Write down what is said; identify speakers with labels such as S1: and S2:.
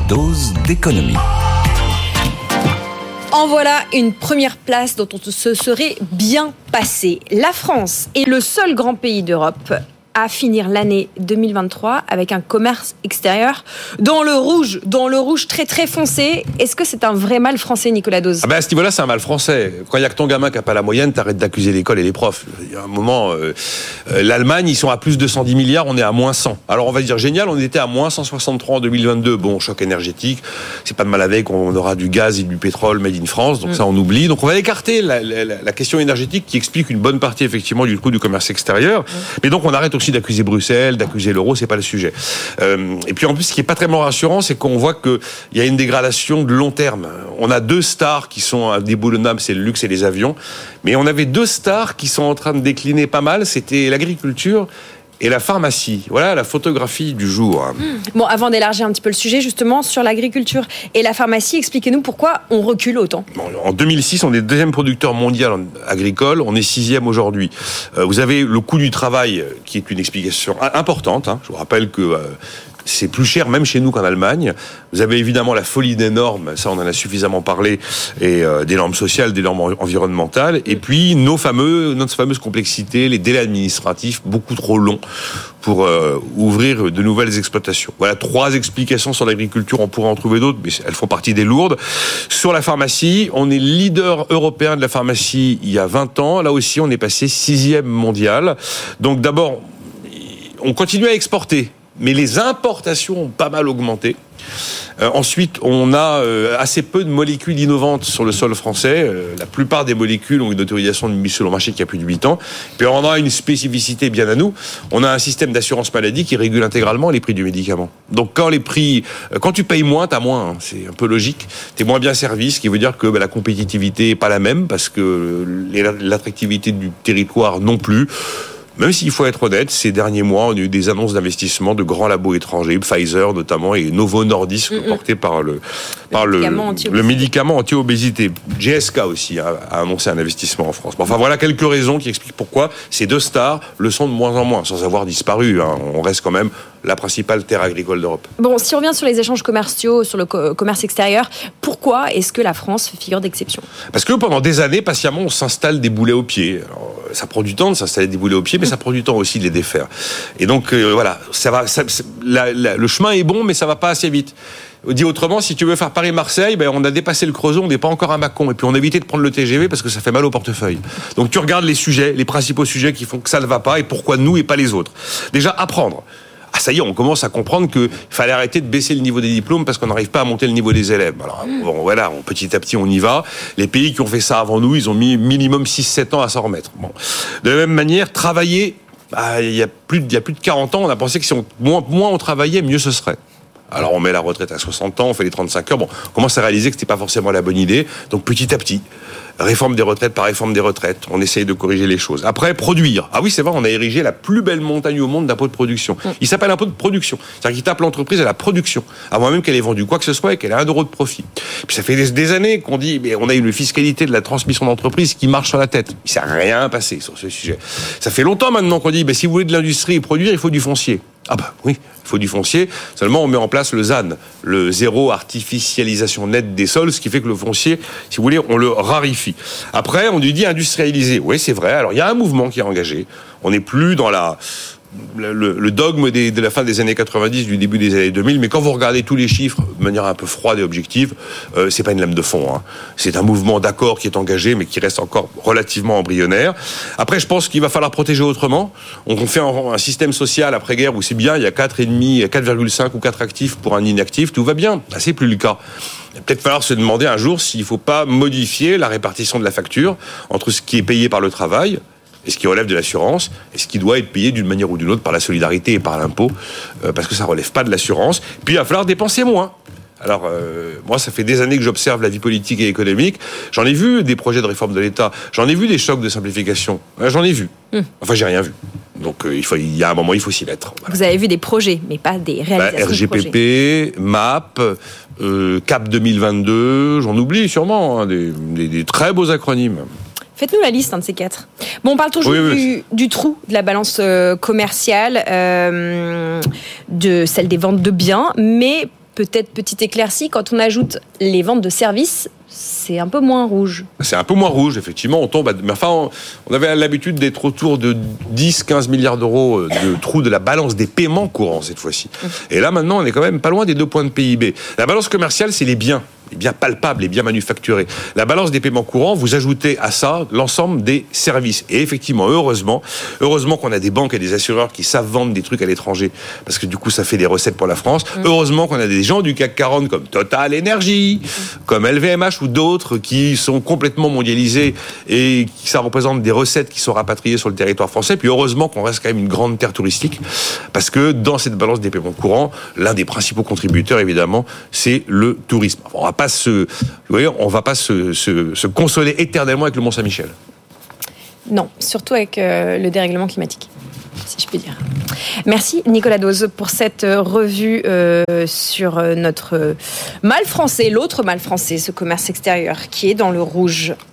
S1: dose d'économie.
S2: En voilà une première place dont on se serait bien passé. La France est le seul grand pays d'Europe à finir l'année 2023 avec un commerce extérieur dans le rouge très très foncé. Est-ce que c'est un vrai mal français, Nicolas Dose ?
S3: À ce niveau-là, c'est un mal français. Quand il n'y a que ton gamin qui n'a pas la moyenne, t'arrêtes d'accuser l'école et les profs. Il y a un moment, l'Allemagne, ils sont à plus de 110 milliards, on est à moins 100. Alors on va dire génial, on était à moins 163 en 2022. Bon, choc énergétique, c'est pas de mal avec, on aura du gaz et du pétrole made in France, donc ça on oublie. Donc on va écarter la question énergétique qui explique une bonne partie effectivement du coût du commerce extérieur. Mais donc on arrête aussi d'accuser Bruxelles, d'accuser l'euro, c'est pas le sujet. Et puis en plus, ce qui est pas très rassurant, c'est qu'on voit qu'il y a une dégradation de long terme. On a deux stars qui sont indéboulonnables, c'est le luxe et les avions. Mais on avait deux stars qui sont en train de décliner pas mal, c'était l'agriculture et la pharmacie. Voilà la photographie du jour.
S2: Bon, avant d'élargir un petit peu le sujet, justement, sur l'agriculture et la pharmacie, expliquez-nous pourquoi on recule autant.
S3: Bon, en 2006, on est deuxième producteur mondial agricole, on est sixième aujourd'hui. Vous avez le coût du travail, qui est une explication importante. Je vous rappelle que c'est plus cher même chez nous qu'en Allemagne. Vous avez évidemment la folie des normes, ça on en a suffisamment parlé, et des normes sociales, des normes environnementales, et puis notre fameuse complexité, les délais administratifs beaucoup trop longs pour ouvrir de nouvelles exploitations. Voilà 3 explications sur l'agriculture, on pourrait en trouver d'autres, mais elles font partie des lourdes. Sur la pharmacie, on est leader européen de la pharmacie il y a 20 ans, là aussi on est passé 6e mondial. Donc d'abord, on continue à exporter, mais les importations ont pas mal augmenté. Ensuite, on a assez peu de molécules innovantes sur le sol français. La plupart des molécules ont une autorisation de mise sur le marché qui a plus de 8 ans. Puis on a une spécificité bien à nous. On a un système d'assurance maladie qui régule intégralement les prix du médicament. Donc quand tu payes moins, t'as moins. C'est un peu logique. T'es moins bien servi, ce qui veut dire que la compétitivité est pas la même parce que l'attractivité du territoire non plus. Même s'il faut être honnête, ces derniers mois, on a eu des annonces d'investissement de grands labos étrangers, Pfizer notamment, et Novo Nordisk, porté par le médicament anti-obésité. GSK aussi a annoncé un investissement en France. Bon, enfin, voilà quelques raisons qui expliquent pourquoi ces deux stars le sont de moins en moins, sans avoir disparu. On reste quand même la principale terre agricole d'Europe.
S2: Bon, si on revient sur les échanges commerciaux, sur le commerce extérieur, pourquoi est-ce que la France fait figure d'exception ?
S3: Parce que pendant des années, patiemment, on s'installe des boulets aux pieds. Alors, ça prend du temps de s'installer des boulets aux pieds, mais ça prend du temps aussi de les défaire. Et donc, voilà, le chemin est bon, mais ça va pas assez vite. Dit autrement, si tu veux faire Paris-Marseille, on a dépassé le Creusot, on n'est pas encore à Mâcon. Et puis on a évité de prendre le TGV parce que ça fait mal au portefeuille. Donc tu regardes les principaux sujets qui font que ça ne va pas et pourquoi nous et pas les autres. Déjà, apprendre. Ça y est, on commence à comprendre qu'il fallait arrêter de baisser le niveau des diplômes parce qu'on n'arrive pas à monter le niveau des élèves. Alors, voilà, petit à petit, on y va. Les pays qui ont fait ça avant nous, ils ont mis minimum 6-7 ans à s'en remettre. Bon. De la même manière, travailler, il y a plus de 40 ans, on a pensé que si moins on travaillait, mieux ce serait. Alors on met la retraite à 60 ans, on fait les 35 heures. Bon, on commence à réaliser que c'était pas forcément la bonne idée. Donc petit à petit, réforme des retraites par réforme des retraites, on essaye de corriger les choses. Après, produire. Ah oui, c'est vrai, on a érigé la plus belle montagne au monde d'impôt de production. Il s'appelle impôt de production. C'est-à-dire qu'il tape l'entreprise à la production, avant même qu'elle ait vendu quoi que ce soit et qu'elle ait 1 euro de profit. Puis ça fait des années qu'on dit, mais on a une fiscalité de la transmission d'entreprise qui marche sur la tête. Il s'est rien passé sur ce sujet. Ça fait longtemps maintenant qu'on dit, si vous voulez de l'industrie et produire, il faut du foncier. Ah oui, il faut du foncier. Seulement, on met en place le ZAN, le zéro artificialisation nette des sols, ce qui fait que le foncier, si vous voulez, on le raréfie. Après, on lui dit industrialiser. Oui, c'est vrai. Alors, il y a un mouvement qui est engagé. On n'est plus dans le dogme de la fin des années 90, du début des années 2000, mais quand vous regardez tous les chiffres de manière un peu froide et objective, c'est pas une lame de fond. C'est un mouvement d'accord qui est engagé, mais qui reste encore relativement embryonnaire. Après, je pense qu'il va falloir protéger autrement. On fait un système social après-guerre où c'est bien, il y a 4,5 ou 4 actifs pour un inactif, tout va bien. C'est plus le cas. Il va peut-être falloir se demander un jour s'il ne faut pas modifier la répartition de la facture entre ce qui est payé par le travail et ce qui relève de l'assurance, et ce qui doit être payé d'une manière ou d'une autre par la solidarité et par l'impôt, parce que ça ne relève pas de l'assurance. Puis il va falloir dépenser moins. Alors, moi, ça fait des années que j'observe la vie politique et économique. J'en ai vu des projets de réforme de l'État. J'en ai vu des chocs de simplification. J'en ai vu. Enfin, j'ai rien vu. Donc, il y a un moment, il faut s'y mettre. Voilà.
S2: Vous avez vu des projets, mais pas des réalisations
S3: RGPP,
S2: de projets.
S3: MAP, CAP 2022, j'en oublie sûrement, des très beaux acronymes.
S2: Faites-nous la liste, de ces 4. Bon, on parle toujours du trou de la balance commerciale, de celle des ventes de biens, mais peut-être petite éclaircie, quand on ajoute les ventes de services, c'est un peu moins rouge.
S3: C'est un peu moins rouge, effectivement. On tombe mais enfin, on avait l'habitude d'être autour de 10-15 milliards d'euros de trous de la balance des paiements courants cette fois-ci. Et là, maintenant, on est quand même pas loin des 2 points de PIB. La balance commerciale, c'est les biens palpables, les biens manufacturés. La balance des paiements courants, vous ajoutez à ça l'ensemble des services. Et effectivement, heureusement qu'on a des banques et des assureurs qui savent vendre des trucs à l'étranger, parce que du coup, ça fait des recettes pour la France. Heureusement qu'on a des gens du CAC 40 comme Total Energy, comme LVMH ou d'autres qui sont complètement mondialisés et qui ça représente des recettes qui sont rapatriées sur le territoire français. Puis heureusement qu'on reste quand même une grande terre touristique, parce que dans cette balance des paiements courants, l'un des principaux contributeurs, évidemment, c'est le tourisme. On va pas se consoler éternellement avec le Mont-Saint-Michel.
S2: Non, surtout avec le dérèglement climatique, si je puis dire. Merci Nicolas Dauz pour cette revue sur notre mal français, l'autre mal français, ce commerce extérieur qui est dans le rouge.